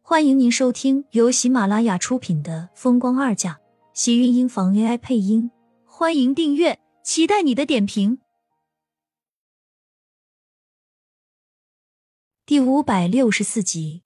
欢迎您收听由喜马拉雅出品的《风光二嫁》，喜运音房 AI 配音。欢迎订阅，期待你的点评。第564集。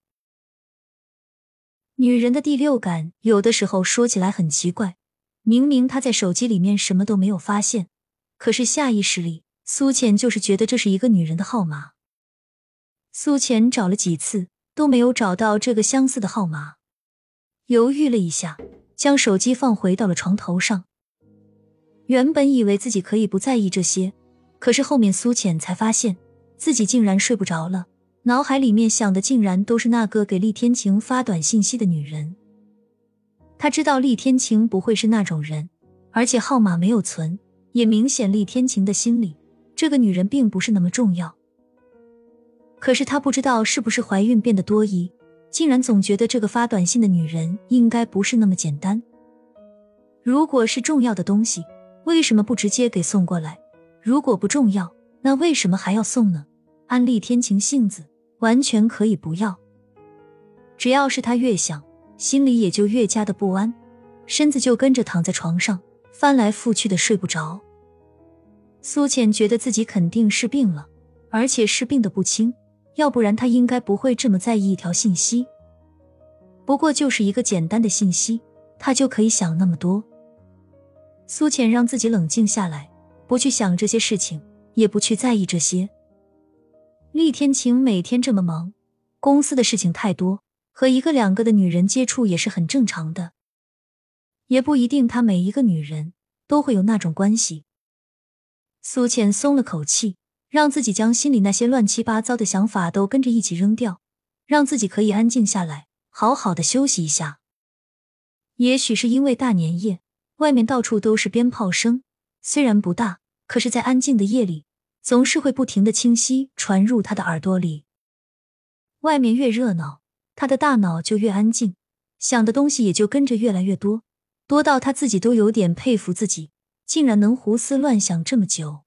女人的第六感有的时候说起来很奇怪，明明她在手机里面什么都没有发现，可是下意识里苏浅就是觉得这是一个女人的号码。苏浅找了几次都没有找到这个相似的号码，犹豫了一下，将手机放回到了床头上。原本以为自己可以不在意这些，可是后面苏浅才发现自己竟然睡不着了，脑海里面想的竟然都是那个给厉天晴发短信息的女人。他知道厉天晴不会是那种人，而且号码没有存，也明显厉天晴的心里这个女人并不是那么重要。可是他不知道是不是怀孕变得多疑，竟然总觉得这个发短信的女人应该不是那么简单。如果是重要的东西，为什么不直接给送过来？如果不重要，那为什么还要送呢？按厉天晴性子，完全可以不要。只要是他越想，心里也就越加的不安，身子就跟着躺在床上，翻来覆去的睡不着。苏浅觉得自己肯定是病了，而且是病得不轻，要不然他应该不会这么在意一条信息。不过就是一个简单的信息，他就可以想那么多。苏浅让自己冷静下来，不去想这些事情，也不去在意这些。厉天晴每天这么忙，公司的事情太多，和一个两个的女人接触也是很正常的。也不一定他每一个女人都会有那种关系。苏浅松了口气，让自己将心里那些乱七八糟的想法都跟着一起扔掉，让自己可以安静下来，好好的休息一下。也许是因为大年夜，外面到处都是鞭炮声，虽然不大，可是在安静的夜里，总是会不停的清晰传入他的耳朵里。外面越热闹，他的大脑就越安静，想的东西也就跟着越来越多，多到他自己都有点佩服自己，竟然能胡思乱想这么久。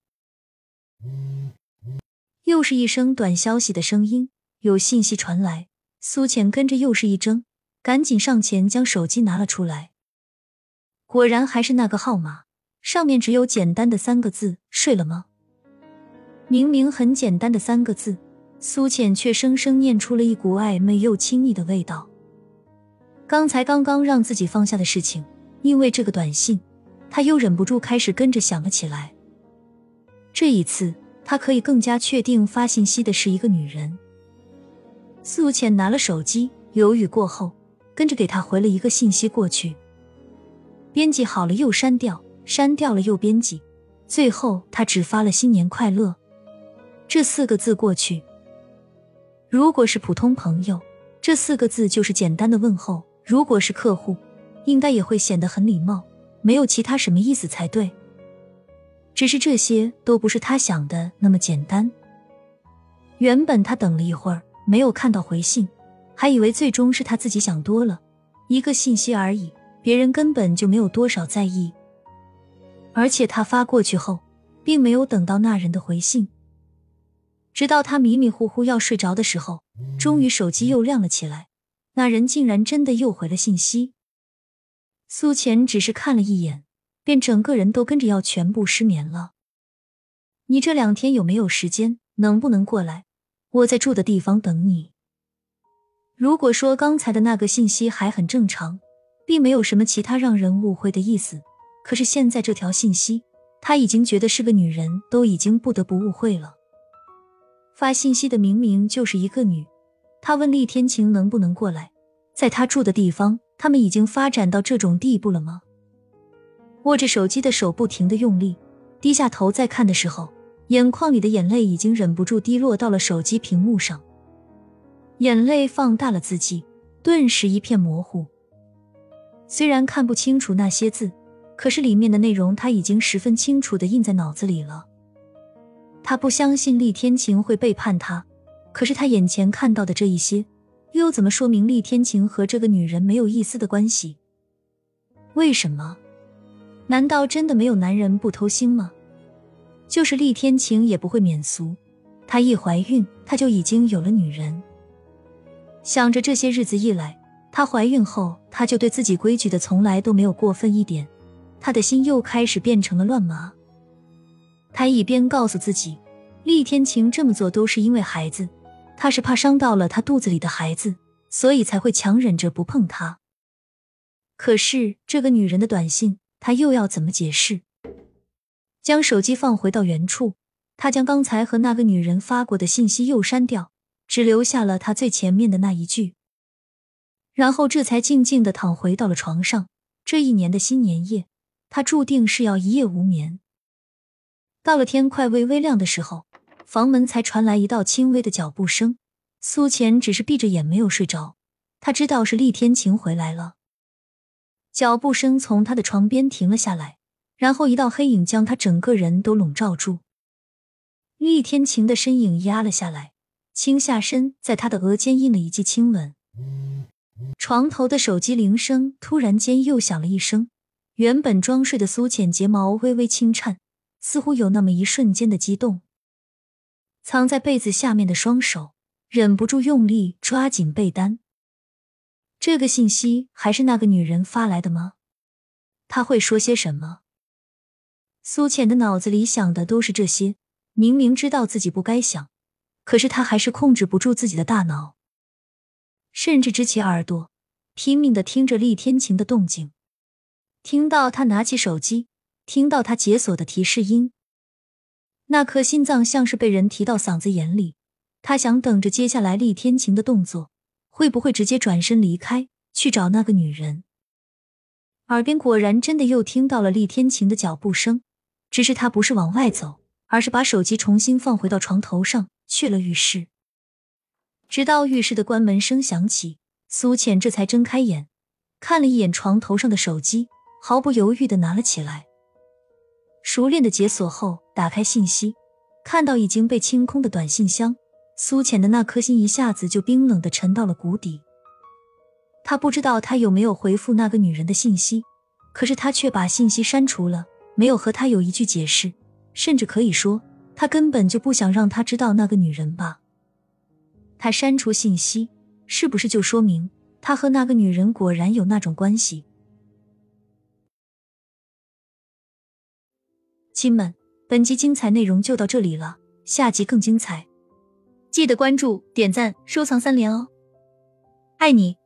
又是一声短消息的声音，有信息传来，苏浅跟着又是一怔，赶紧上前将手机拿了出来。果然还是那个号码，上面只有简单的3个字，睡了吗？明明很简单的3个字，苏浅却生生念出了一股暧昧又亲昵的味道。刚刚让自己放下的事情，因为这个短信，他又忍不住开始跟着想了起来。这一次他可以更加确定发信息的是一个女人。苏浅拿了手机，犹豫过后，跟着给他回了一个信息过去。编辑好了又删掉，删掉了又编辑，最后他只发了新年快乐这4个字过去。如果是普通朋友，这4个字就是简单的问候，如果是客户，应该也会显得很礼貌，没有其他什么意思才对。只是这些都不是他想的那么简单。原本他等了一会儿没有看到回信，还以为最终是他自己想多了，一个信息而已，别人根本就没有多少在意。而且他发过去后并没有等到那人的回信，直到他迷迷糊糊要睡着的时候，终于手机又亮了起来，那人竟然真的又回了信息。苏浅只是看了一眼，便整个人都跟着要全部失眠了。你这2天有没有时间，能不能过来？我在住的地方等你。如果说刚才的那个信息还很正常，并没有什么其他让人误会的意思，可是现在这条信息，他已经觉得是个女人都已经不得不误会了。发信息的明明就是一个女，他问厉天晴能不能过来，在他住的地方，他们已经发展到这种地步了吗？握着手机的手不停地用力，低下头再看的时候，眼眶里的眼泪已经忍不住滴落到了手机屏幕上。眼泪放大了字迹，顿时一片模糊。虽然看不清楚那些字，可是里面的内容他已经十分清楚地印在脑子里了。他不相信厉天晴会背叛他，可是他眼前看到的这一些，又怎么说明厉天晴和这个女人没有一丝的关系？为什么？难道真的没有男人不偷腥吗？就是厉天晴也不会免俗，她一怀孕，她就已经有了女人。 想着这些日子一来，她怀孕后，她就对自己规矩的从来都没有过分一点，她的心又开始变成了乱麻。她一边告诉自己，厉天晴这么做都是因为孩子，她是怕伤到了她肚子里的孩子，所以才会强忍着不碰她。可是这个女人的短信，她又要怎么解释？将手机放回到原处，她将刚才和那个女人发过的信息又删掉，只留下了她最前面的那一句。然后这才静静地躺回到了床上。这一年的新年夜，她注定是要一夜无眠。到了天快微微亮的时候，房门才传来一道轻微的脚步声。苏浅只是闭着眼没有睡着，她知道是厉天晴回来了。脚步声从她的床边停了下来，然后一道黑影将她整个人都笼罩住。厉天晴的身影压了下来，倾下身在她的额间印了一记亲吻。床头的手机铃声突然间又响了一声，原本装睡的苏浅睫毛微微轻颤，似乎有那么一瞬间的激动。藏在被子下面的双手忍不住用力抓紧被单。这个信息还是那个女人发来的吗？她会说些什么？苏浅的脑子里想的都是这些，明明知道自己不该想，可是她还是控制不住自己的大脑，甚至支起耳朵拼命地听着厉天晴的动静，听到他拿起手机，听到他解锁的提示音，那颗心脏像是被人提到嗓子眼里。他想等着接下来厉天晴的动作，会不会直接转身离开，去找那个女人。耳边果然真的又听到了厉天晴的脚步声，只是他不是往外走，而是把手机重新放回到床头上，去了浴室。直到浴室的关门声响起，苏浅这才睁开眼，看了一眼床头上的手机，毫不犹豫地拿了起来。熟练的解锁后，打开信息，看到已经被清空的短信箱，苏浅的那颗心一下子就冰冷地沉到了谷底。他不知道他有没有回复那个女人的信息，可是他却把信息删除了，没有和她有一句解释，甚至可以说他根本就不想让她知道那个女人吧。他删除信息，是不是就说明他和那个女人果然有那种关系？亲们，本集精彩内容就到这里了，下集更精彩，记得关注、点赞、收藏3连哦！爱你。